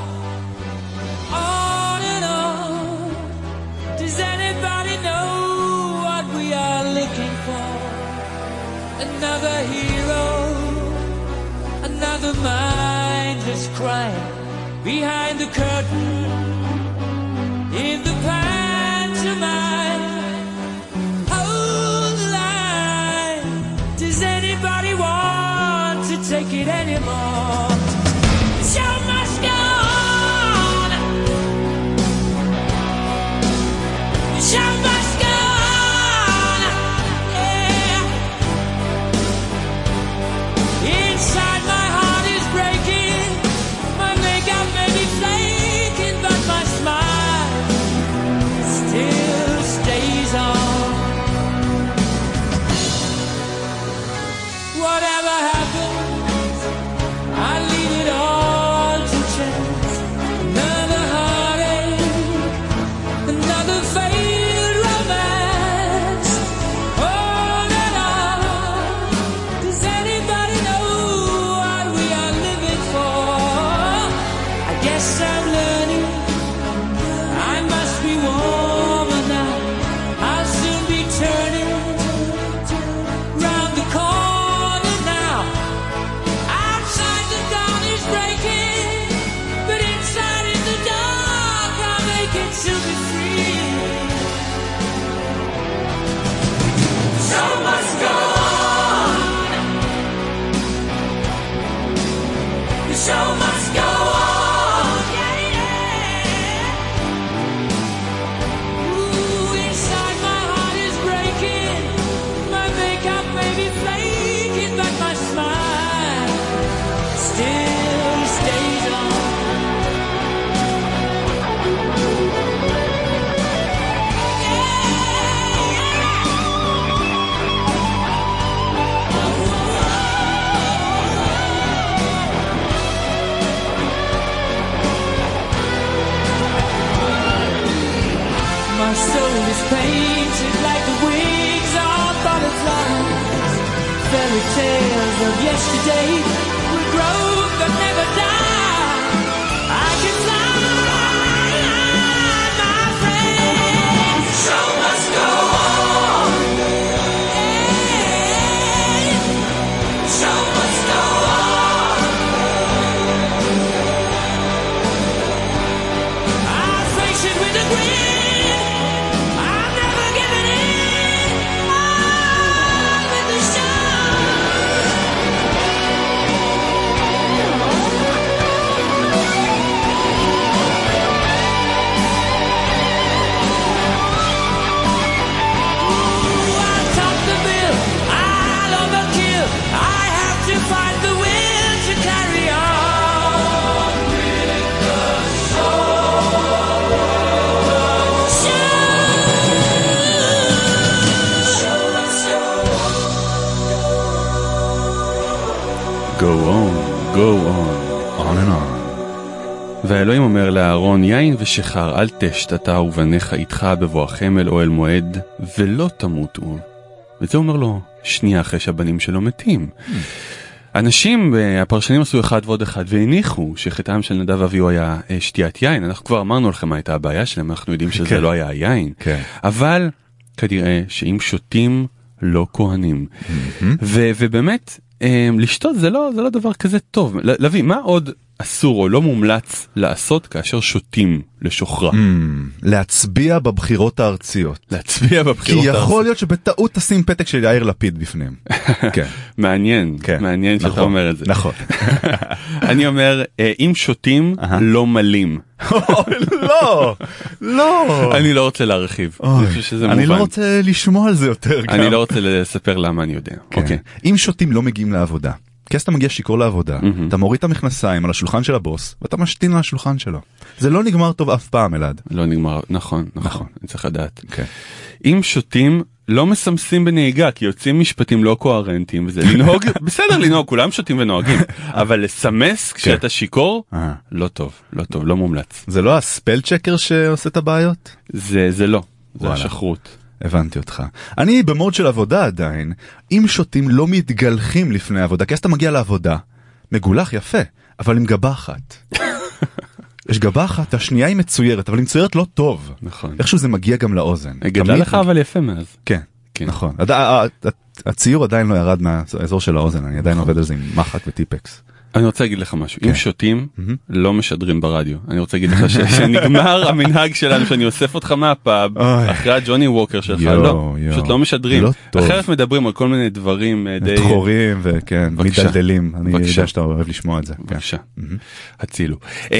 On and on, does anybody know what we are looking for? Another hero, another mindless crime behind the curtain, in the pantomime. Hold the line, does anybody want to take it anymore? The show must go on. The show must go on. Yeah. Inside my heart is breaking, my makeup may be flaking, but my smile still stays on. Whatever happens, I leave it all to chance. Another heartache, another failed romance. On and on, does anybody know what we are living for? I guess I'm learning, I must be warmer now. I'll soon be turning round the corner now. Outside the dawn is breaking, but inside in the dark I'll make it to be free. The show must go on. The show must go on. Yeah, yeah. Ooh, inside my heart is breaking, my makeup may be flaking, but my smile still stays on. My soul is painted like the wings of butterflies. Fairy tales of yesterday will grow but never die. I can fly, my friend. The show must go on. Yeah. The show must go on. I'll face it with a grin. I'm never giving in. On with the show. Ooh, I'll top the bill, I'll overkill. I have to find the will to carry on with the show. Show must go Go on, go on. on and on. והאלוהים אומר לאהרון, יין ושחר אל תשת אתה ובניך איתך בבואכם אל אוהל מועד, ולא תמותו. וזה אומר לו שנייה אחרי שהבנים שלו מתים. אנשים, הפרשנים עשו אחד ועוד אחד והניחו שחטאם של נדב ואביהו היה שתיית יין. אנחנו כבר אמרנו לכם מה הייתה הבעיה שלהם, אנחנו יודעים שזה כן. לא היה היין. כן. אבל כנראה שאם שותים לא כהנים. ו- ובאמת, לשתות זה לא, זה לא דבר כזה טוב. לוי, מה עוד אסור או לא מומלץ לעשות כאשר שותים לשוחרה? להצביע בבחירות הארציות. להצביע בבחירות הארציות. כי יכול להיות שבטעות תשים פתק של יאיר לפיד בפנים. כן. מעניין, מעניין שאתה אומר את זה. נכון. אני אומר, אם שותים, לא מלאים. לא, לא. אני לא רוצה להרחיב. אני לא רוצה לשמוע על זה יותר. אני לא רוצה לספר למה אני יודע. אם שותים לא מגיעים לעבודה, כי אז אתה מגיע שיקור לעבודה, אתה מוריד את המכנסיים על השולחן של הבוס, ואתה משתין על השולחן שלו. זה לא נגמר טוב אף פעם, אלעד. לא נגמר, נכון, נכון, אני צריך לדעת. אם שותים, לא מסמסים בנהיגה, כי יוצאים משפטים לא קוהרנטיים, וזה לנהוג, בסדר לנהוג, כולם שותים ונוהגים, אבל לסמס כשאתה שיקור, לא טוב, לא טוב, לא מומלץ. זה לא הספל צ'קר שעושה את הבעיות? זה לא, זה השחרות. הבנתי אותך. אני במוד של עבודה עדיין, אם שותים לא מתגלחים לפני עבודה, כי אז אתה מגיע לעבודה, מגולח יפה, אבל עם גבה אחת. יש גבה אחת, השנייה היא מצוירת, אבל היא מצוירת לא טוב. נכון. איכשהו זה מגיע גם לאוזן. גדלה לך אבל יפה מאז. כן, נכון. הציור עדיין לא ירד מהאזור של האוזן, אני עדיין עובד על זה עם מחק וטיפקס. אני רוצה להגיד לך משהו, אם שותים, לא משדרים ברדיו. אני רוצה להגיד לך שנגמר המנהג שלנו שאני אוסף אותך מהפאב, אחרי הג'וני ווקר שלך, לא, פשוט לא משדרים. אחרת מדברים על כל מיני דברים די... תחורים וכן, מדלדלים. אני יודע שאתה אוהב לשמוע את זה. בבקשה, הצילו.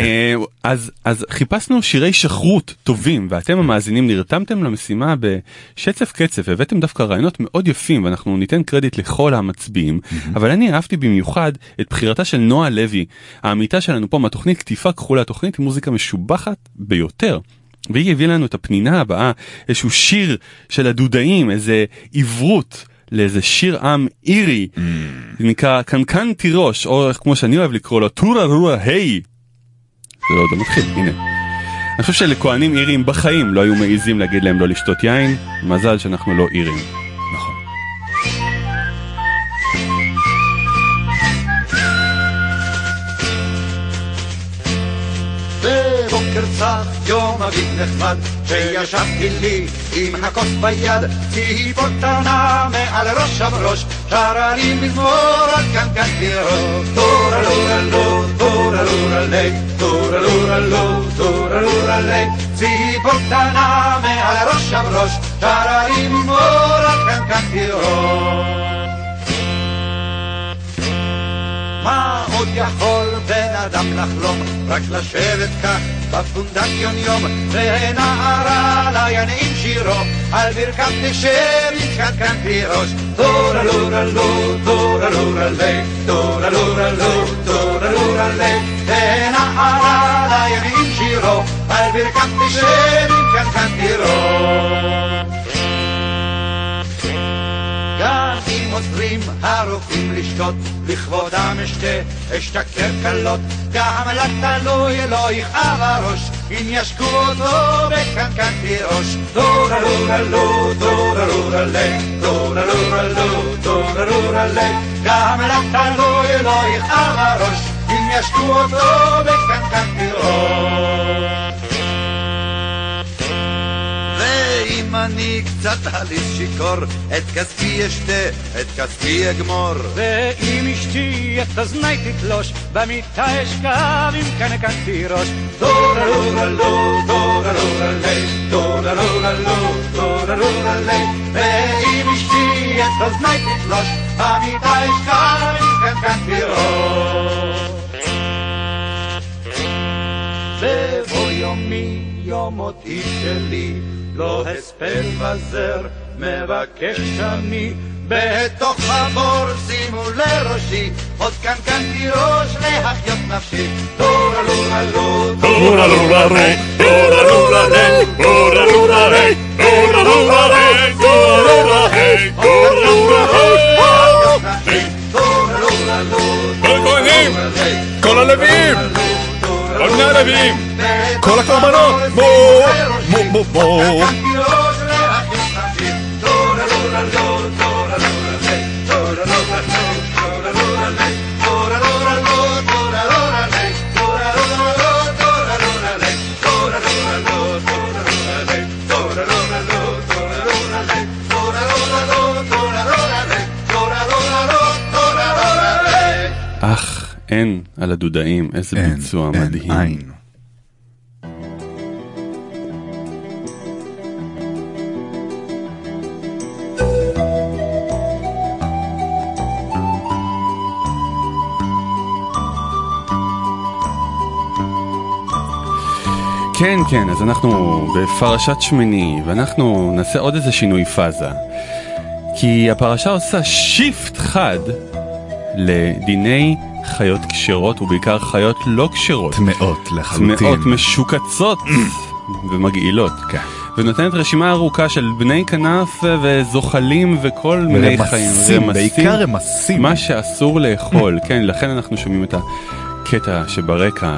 אז חיפשנו שירי שחרות טובים, ואתם המאזינים נרתמתם למשימה בשצף קצף, והבאתם דווקא רעיונות מאוד יפים, ואנחנו ניתן קרדיט לכל המצביעים, אבל אני אהבתי במיוחד את בחירתה של נועה לוי, העמיתה שלנו פה מהתוכנית כתיפה כחולה, התוכנית עם מוזיקה משובחת ביותר, והיא הביאה לנו את הפנינה הבאה, איזשהו שיר של הדודאים, איזה עברות לאיזה שיר עם אירי, זה נקרא קנקן תירוש, או כמו שאני אוהב לקרוא לו, טורה רורה היי. זה לא עוד מתחיל, הנה. אני חושב שלכהנים אירים בחיים לא היו מעיזים להגיד להם לא לשתות יין, מזל שאנחנו לא אירים. נכון. בבוקר צח יום אביב נחמד שישבתי לי עם הכוס ביד ציפור קטנה מעל ראש הבראש שרה לי מזמור על קנקן תירוש טורה לורה לו טורה לורה לי טורה לורה לו טורה לורה לי ציפור קטנה מעל ראש הבראש שרה לי מזמור על קנקן תירוש מה עוד יכול בן אדם לחלום רק לשבת כך בפונדק יום יום ונערה לינעים שירו על ברכת תשב עם קנקן תירוש טורה לורה לו טורה לורה לי טורה לורה לו טורה לורה לי ונערה לינעים שירו על ברכת תשב עם קנקן תירוש גם אם עוזרים הרופאים לשתות לכבודם אשתה אשתכר קלות גם לתלוי לא יכאב הראש אם ישקו אותו בקנקן תירוש טורה לורה לו טורה לורה לי טורה לורה לו טורה לורה לי גם לתלוי לא יכאב הראש אם ישקו אותו בקנקן תירוש ואם אני קצת הליס שיקור את כספי אשתה, את כספי אגמור ואם אשתי את אוזני תתלוש במיטה אשכב עם קנקן תירוש טורה לורה לו, טורה לורה לי טורה לורה לו, טורה לורה לי ואם אשתי את אוזני תתלוש במיטה אשכב עם קנקן תירוש ובוא יומי יום מותי שלי לא הספר וזר מבקש אני בתוך הבור שימו לראשי עוד קנקן תירוש להחיות נפשי טורה לורה לו טורה לורה לי טורה לורה לי טורה לורה לי טורה לורה לי טורה לורה לי טורה לורה לי טורה לורה לו כל הכהנים כל הלוויים כל בני הלוויים כל הקורבנות מו מו מו מו אין על הדודאים, איזה אין, ביצוע אין, מדהים. אין. כן, כן, אז אנחנו בפרשת שמיני, ואנחנו נעשה עוד איזה שינוי פאזה. כי הפרשה עושה שיפט חד לדיני חיות כשרות, ובעיקר חיות לא כשרות. טמאות לחלוטין. טמאות משוקצות ומגעילות. כן. ונותנת רשימה ארוכה של בני כנף וזוחלים וכל מיני חיים. רמסים, בעיקר רמסים. מה שאסור לאכול, כן, לכן אנחנו שומעים את הקטע שברקע.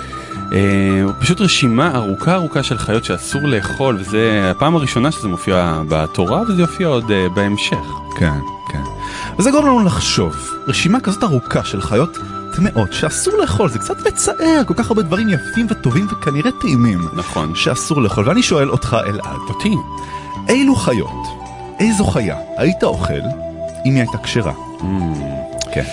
Uh, פשוט רשימה ארוכה ארוכה של חיות שאסור לאכול, וזה הפעם הראשונה שזה מופיע בתורה, וזה יופיע עוד uh, בהמשך. כן, כן. וזה גורם לנו לחשוב, רשימה כזאת ארוכה של חיות טמאות שאסור לאכול, זה קצת מצער, כל כך הרבה דברים יפים וטובים וכנראה טעימים. נכון. שאסור לאכול, ואני שואל אותך אלעד. אותי. אילו חיות, איזו חיה היית אוכל אם היא הייתה כשרה? Mm. כן.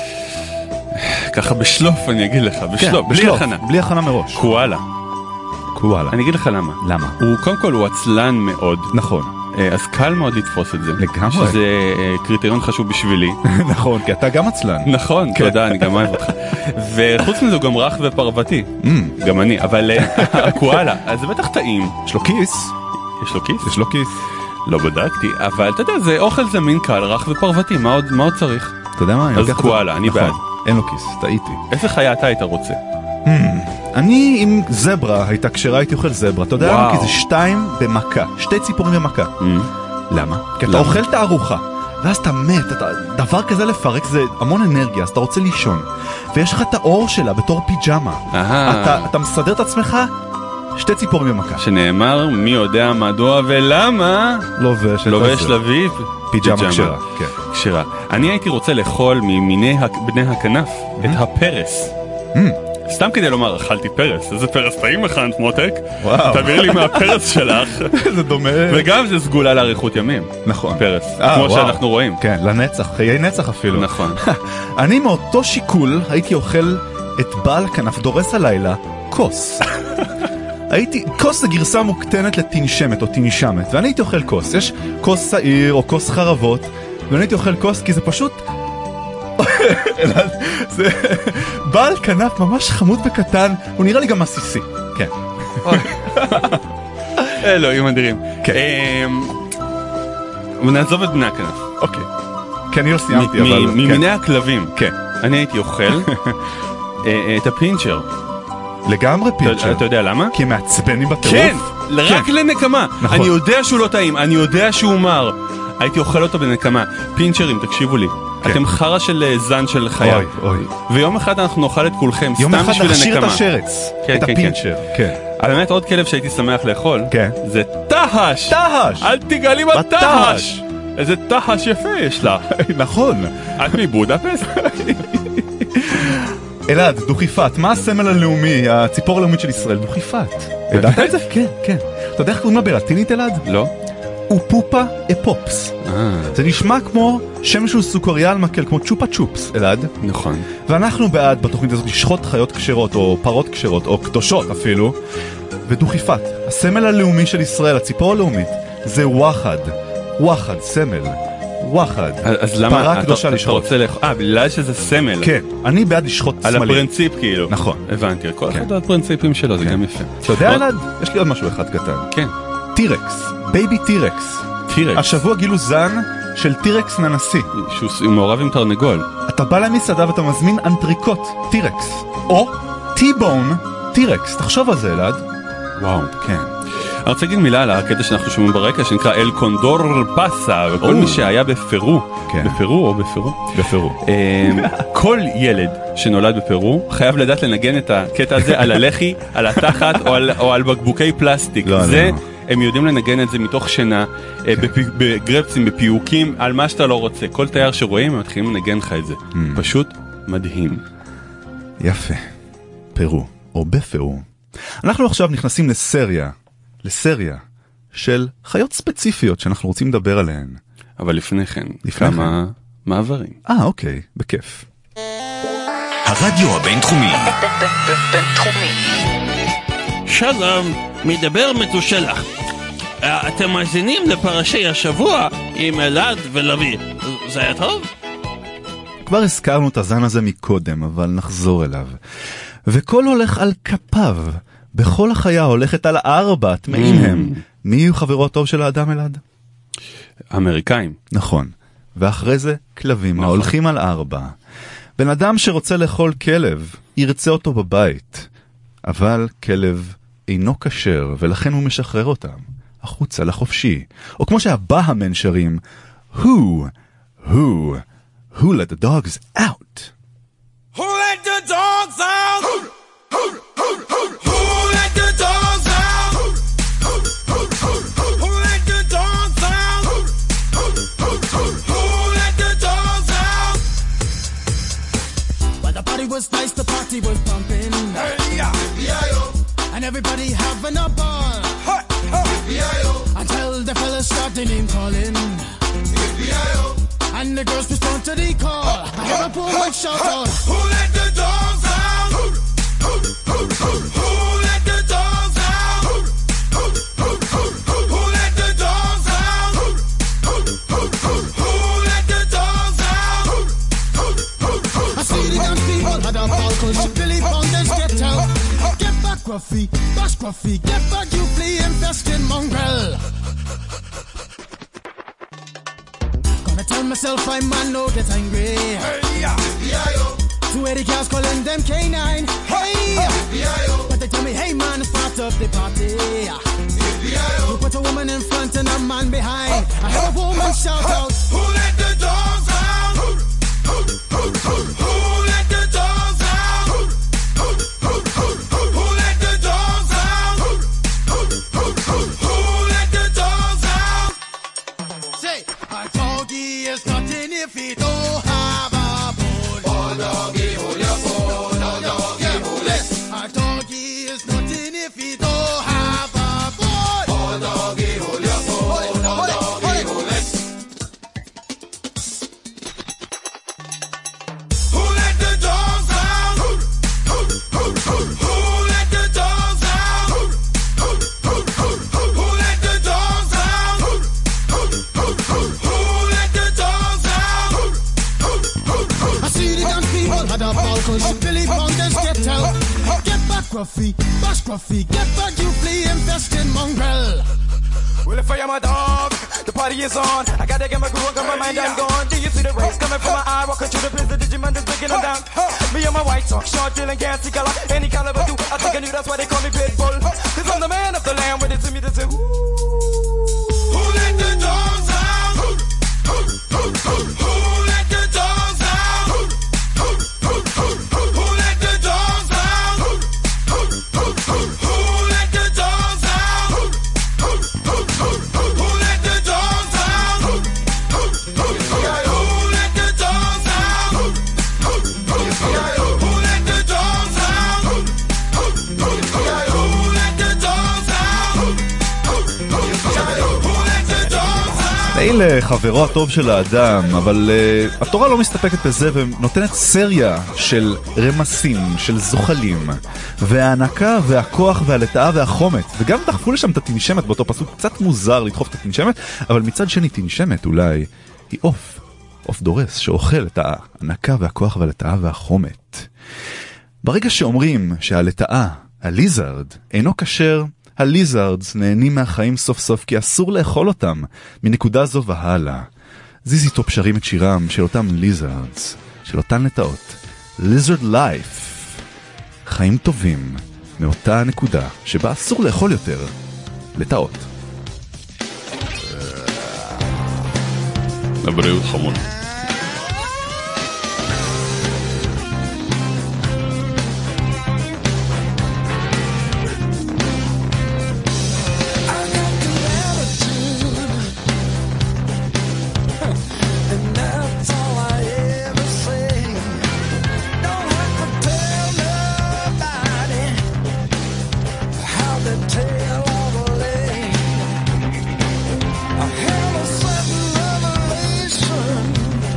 ככה בשלוף אני אגיד לך, בשלוף, כן, בלי בשלוף, הכנה. בלי הכנה מראש. קואלה. קואלה. אני אגיד לך למה. למה? הוא, קודם כל הוא עצלן מאוד. נכון. אז קל מאוד לתפוס את זה. לגמרי. שזה קריטריון חשוב בשבילי. נכון, כי אתה גם עצלן. נכון, תודה, אני גם אוהב אותך. וחוץ מזה הוא גם רך ופרותי. גם אני, אבל הקואלה, אז זה בטח טעים. יש לו כיס. יש לו כיס? יש לו כיס. לא בדקתי, אבל אתה יודע, זה אוכל זמין קל, רך ופרותי, מה עוד, מה עוד צריך? אתה יודע מה? אז קואלה, אני בעד. אין לו כיס, טעיתי. איזה חיה אתה היית רוצה? אני עם זברה הייתה כשרה, הייתי אוכל זברה. אתה יודע למה? כי זה שתיים במכה, שתי ציפורים במכה. למה? כי אתה אוכל את הארוחה, ואז אתה מת, דבר כזה לפרק זה המון אנרגיה, אז אתה רוצה לישון, ויש לך את האור שלה בתור פיג'מה. אתה מסדר את עצמך, שתי ציפורים במכה. שנאמר, מי יודע מדוע ולמה לובש לביב פיג'מה כשרה. כשרה. אני הייתי רוצה לאכול ממיני בני הכנף את הפרס. סתם כדי לומר, אכלתי פרס, איזה פרס טעים מכנת מותק, תעביר לי מהפרס שלך. זה דומה. וגם זה סגולה לאריכות ימים. נכון. פרס, כמו שאנחנו רואים. כן, לנצח, חיי נצח אפילו. נכון. אני מאותו שיקול הייתי אוכל את בעל הכנף דורס הלילה, כוס. הייתי, כוס זה גרסה מוקטנת לתנשמת או תנשמת, ואני הייתי אוכל כוס. יש כוס שעיר או כוס חרבות, ואני הייתי אוכל כוס כי זה פשוט... זה בעל כנף ממש חמוד וקטן, הוא נראה לי גם עסיסי. כן. אלוהים אדירים. ונעזוב את בני הכנף. אוקיי. כי אני לא סיימתי, אבל... ממיני הכלבים. כן. אני הייתי אוכל את הפינצ'ר. לגמרי פינצ'ר. אתה יודע למה? כי הם מעצבנים בטירוף. כן, רק לנקמה. אני יודע שהוא לא טעים, אני יודע שהוא מר. הייתי אוכל אותו בנקמה. פינצ'רים, תקשיבו לי. אתם חרה של זן של חיה. אוי, אוי. ויום אחד אנחנו נאכל את כולכם, סתם בשביל הנקמה. יום אחד נכשיר את השרץ, את הפינצ'ר. כן. באמת עוד כלב שהייתי שמח לאכול, כן. זה תהש. תהש. אל תיגעלי בתהש. איזה תהש יפה יש לה. נכון. את מבודפסט. אלעד, דוכיפת, מה הסמל הלאומי, הציפור הלאומית של ישראל? דוכיפת. ידעת את זה? כן, כן. אתה יודע איך קוראים לה בלטינית, אלעד? לא. אופופה אפופס. זה נשמע כמו שם שהוא סוכריה על מקל, כמו צ'ופה צ'ופס, אלעד. נכון. ואנחנו בעד בתוכנית הזאת לשחוט חיות כשרות או פרות כשרות או קדושות אפילו. ודוכיפת, הסמל הלאומי של ישראל, הציפור הלאומית, זה וואחד. וואחד, סמל. וואחד. אז למה אתה רוצה לאכול? אה, בגלל שזה סמל. כן, אני בעד לשחוט סמלים. על הפרינציפ כאילו. נכון. הבנתי, כל אחד הפרינציפים שלו, זה גם יפה. אתה יודע, אלעד? יש לי עוד משהו אחד קטן. כן. טירקס, בייבי טירקס. טירקס. השבוע גילו זן של טירקס ננסי. שהוא מעורב עם תרנגול. אתה בא למסעדה ואתה מזמין אנטריקוט טירקס. או טי-בון טירקס. תחשוב על זה, אלעד. וואו. כן. אני רוצה להגיד מילה על הקטע שאנחנו שומעים ברקע, שנקרא אל קונדור פסה, וכל מי שהיה בפרו, בפרו או בפרו? בפרו. כל ילד שנולד בפרו חייב לדעת לנגן את הקטע הזה על הלחי, על התחת או על בקבוקי פלסטיק. זה, הם יודעים לנגן את זה מתוך שינה, בגרפצים, בפיוקים, על מה שאתה לא רוצה. כל תייר שרואים, הם מתחילים לנגן לך את זה. פשוט מדהים. יפה. פרו, או בפרו. אנחנו עכשיו נכנסים לסריה. לסריה של חיות ספציפיות שאנחנו רוצים לדבר עליהן. אבל לפני כן, כמה מעברים. אה, אוקיי, בכיף. הרדיו הבינתחומי. בינתחומי. שלום, מדבר מתושלח. אתם מאזינים לפרשי השבוע עם אלעד ולוי. זה היה טוב? כבר הזכרנו את הזן הזה מקודם, אבל נחזור אליו. וכל הולך על כפיו. בכל החיה הולכת על ארבע, טמאים הם. מי יהיו חברו הטוב של האדם, אלעד? אמריקאים. נכון. ואחרי זה כלבים ההולכים על ארבע. בן אדם שרוצה לאכול כלב, ירצה אותו בבית. אבל כלב אינו כשר, ולכן הוא משחרר אותם. החוצה לחופשי. או כמו שהבאהמן שרים, Who, who, who let the dogs out? Who let the dogs out? Who, who, who, who, who let the dogs out? Who, who, who, who, who let the dogs out? Who, who, who, who, who let the dogs out? Well, the party was nice, the party was pumping. Hey, yeah, yeah, and everybody having a ball. hey, hey, yeah, until the fellas start the name calling. yeah. And the girls respond to the call. I hear a poor one shout out. Who let the dogs out? Who, who, who, who, who let the dogs out? Who, who, who, who, who let the dogs out? Who, who, who, who, who let the dogs out? Who, who, who, who, I see the young people had a ball cause Billy Founders get out. Get back, Gruffy, bash Gruffy, get back, you flea infested mongrel. Tell myself I man no get angry. hey, yeah, yeah, Two eighty cars calling them K nine. Hey, yeah, but they tell me, hey man, it's part of the party. You put a woman in front and a man behind. I heard a woman shout out. Who let the dogs out? Who, who, who, who, who let the dogs out? Who, who, who, who, who let the dogs out? Who, who, who, who, who let the dogs out? Say, a doggy is nothing if he don't have a bone. Oh, doggy, hold your bone. Oh, doggy, hold it. A doggy is nothing if he don't have a bone. Oh, doggy, hold your bone. Oh, doggy, hold it. Who let the dogs out? Who, who, who, who, who let the dogs out? Who, who, who, who, who let the dogs out? Who, who, who, who, who let the dogs out? Who, who, who, who, I see the young people had a ball cause Billy Founders get out. Get back, Gruffy, bash Gruffy, get back, you flea infested mongrel. well, if I am a dog, the party is on. I gotta get my groove on, my mind I'm gone. Do you see the rays coming from my eye? Walking through the prison, Digimon is breaking them down. Me and my white talk, short, dealing, gassy color. Any caliber do, I think I knew that's why they call me Pitbull. Cause I'm the man of the land, with it to me to say, ooh. Who let the dogs out? Who, who, who, who, who let the dogs out? Who, who, who, who, who, who let the dogs out? Who, who, who, who, who let the dogs out? Who, who, who, who, who let the dogs out? Who, who, who, who, who let the dogs out? Who, who, who, who, who let the dogs out? Who, who, who, who, who let the dogs out? Who, who, who, who, who let the dogs out? אלה חברו הטוב של האדם, אבל uh, התורה לא מסתפקת בזה ונותנת סריה של רמסים, של זוחלים, והענקה והכוח והלטאה והחומת, וגם דחפו לשם את התנשמת באותו פסוק. קצת מוזר לדחוף את התנשמת, אבל מצד שני תנשמת אולי היא אוף, אוף דורס שאוכל את הענקה והכוח והלטאה והחומת. ברגע שאומרים שהלטאה, הליזרד, אינו כשר, הליזרדס נהנים מהחיים סוף סוף כי אסור לאכול אותם. מנקודה זו והלאה זיזי טופ שרים את שירם של אותם ליזרדס, של אותן לטאות. Lizard Life, חיים טובים מאותה נקודה שבה אסור לאכול יותר לטאות. לבריאות חמוד. I had a sudden revelation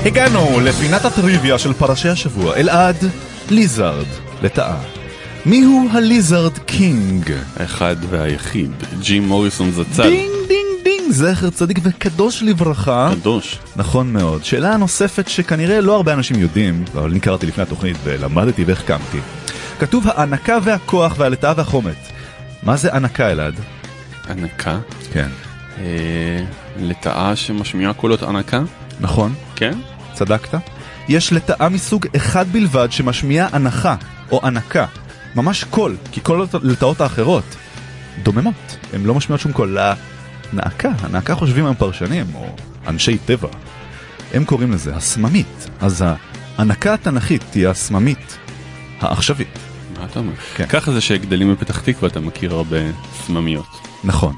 הגענו לפינת הטריוויה של פרשי השבוע. אלעד, ליזרד, לטאה. מיהו הליזרד קינג? האחד והיחיד, ג'ים מוריסון זצ"ל. דינג דינג דינג, זכר צדיק וקדוש לברכה. קדוש. נכון מאוד. שאלה נוספת שכנראה לא הרבה אנשים יודעים, אבל אני קראתי לפני התוכנית ולמדתי והחכמתי. כתוב הענקה והכוח והלטאה והחומת. מה זה ענקה, אלעד? ענקה? כן. אה, לטאה שמשמיעה קולות ענקה? נכון. כן? צדקת. יש לטאה מסוג אחד בלבד שמשמיעה ענכה או ענקה. ממש קול, כי כל הלטאות האחרות דוממות. הן לא משמיעות שום קול. לנעקה, הנעקה חושבים היום פרשנים או אנשי טבע. הם קוראים לזה הסממית. אז הענקה התנכית תהיה הסממית העכשווית. מה אתה אומר? כן. ככה זה שגדלים בפתח תקווה אתה מכיר הרבה סממיות. נכון.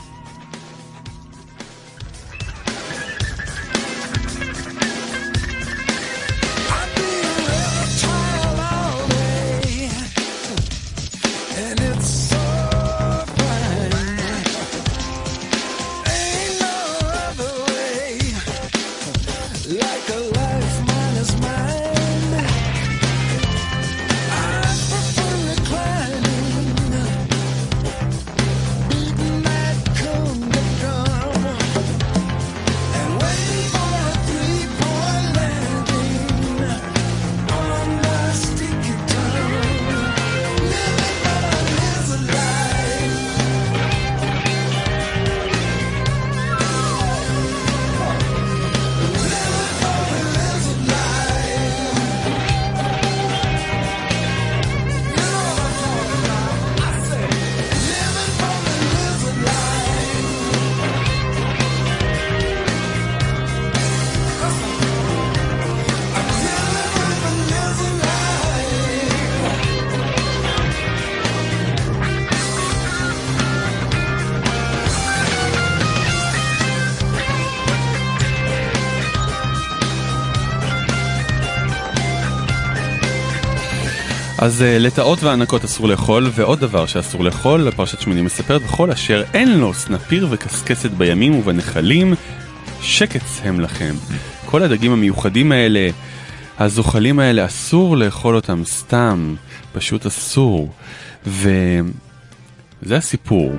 אז לטאות וענקות אסור לאכול, ועוד דבר שאסור לאכול, פרשת שמיני מספרת, וכל אשר אין לו סנפיר וקסקסת בימים ובנחלים, שקץ הם לכם. כל הדגים המיוחדים האלה, הזוחלים האלה, אסור לאכול אותם סתם, פשוט אסור. וזה הסיפור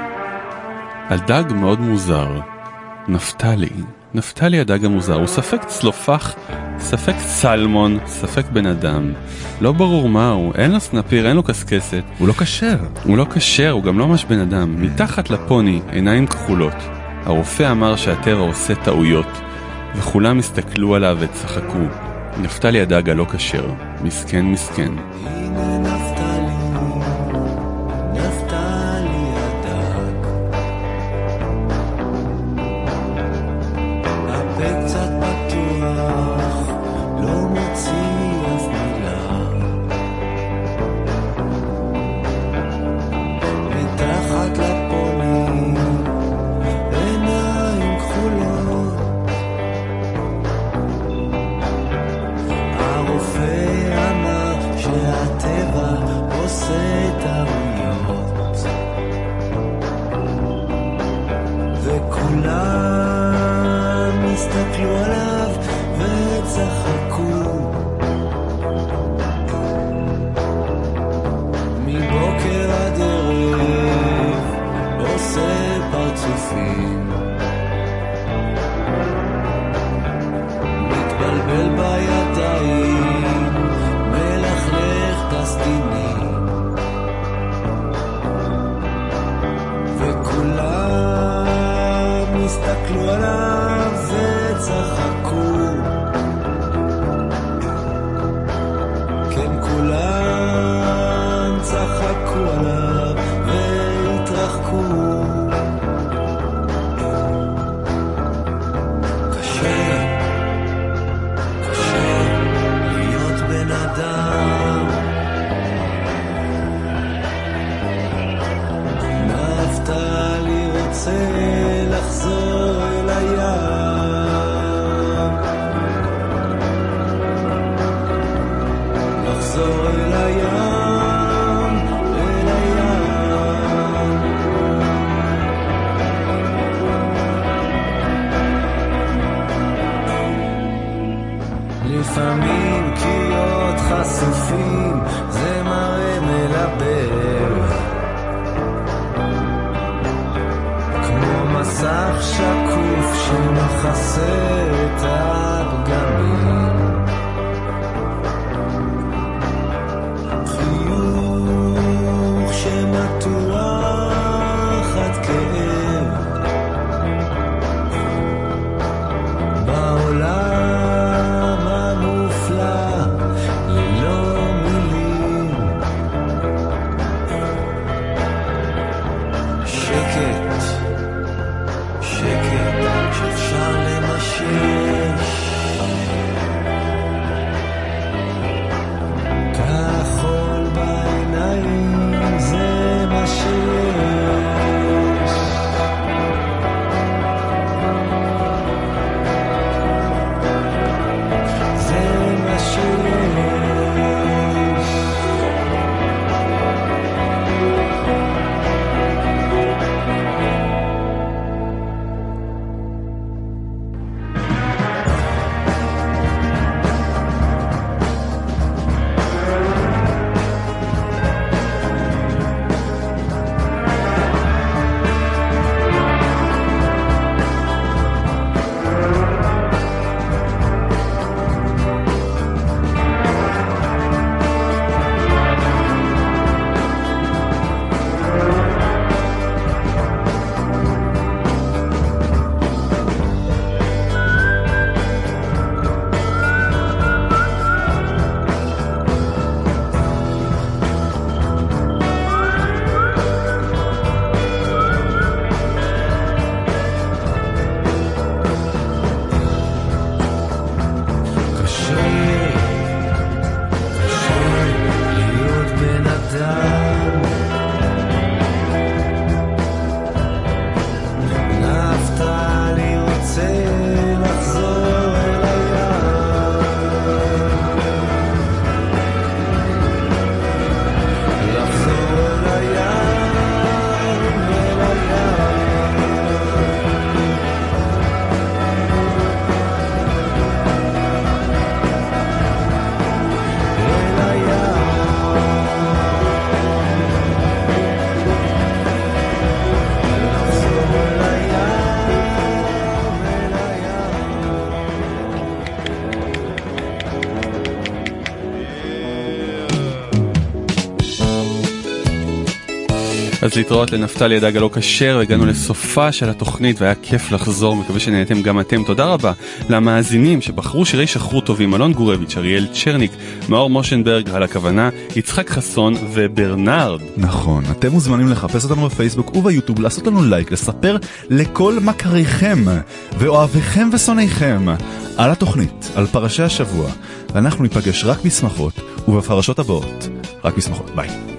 על דג מאוד מוזר, נפתלי. נפתלי הדג המוזר, הוא ספק צלופח, ספק סלמון, ספק בן אדם. לא ברור מה הוא, אין לו סנפיר, אין לו קסקסת. הוא לא קשר. הוא לא קשר, הוא גם לא ממש בן אדם. מתחת לפוני, עיניים כחולות. הרופא אמר שהטבע עושה טעויות, וכולם הסתכלו עליו וצחקו. נפתלי הדג הלא קשר, מסכן מסכן. לפעמים קריאות חשופים, זה מראה מלבב, כמו מסך שקוף שמכסה את הפגמים. חיוך שמתוח עד כאב, בעולם המופלא ללא מילים, שקט, שקט שאפשר למשש, כחול בעיניים זה מה שיש, זה מה שיש. אז להתראות לנפתלי הדג הלא כשר, והגענו לסופה של התוכנית והיה כיף לחזור, מקווה שנהנתם גם אתם. תודה רבה למאזינים שבחרו שירי שחרור טובים, אלון גורביץ', אריאל צ'רניק, מאור מושנברג, על הכוונה, יצחק חסון וברנרד. נכון, אתם מוזמנים לחפש אותנו בפייסבוק וביוטיוב, לעשות לנו לייק, לספר לכל מכריכם ואוהביכם ושונאיכם על התוכנית, על פרשי השבוע, ואנחנו ניפגש רק בשמחות ובפרשות הבאות רק בשמחות. ביי.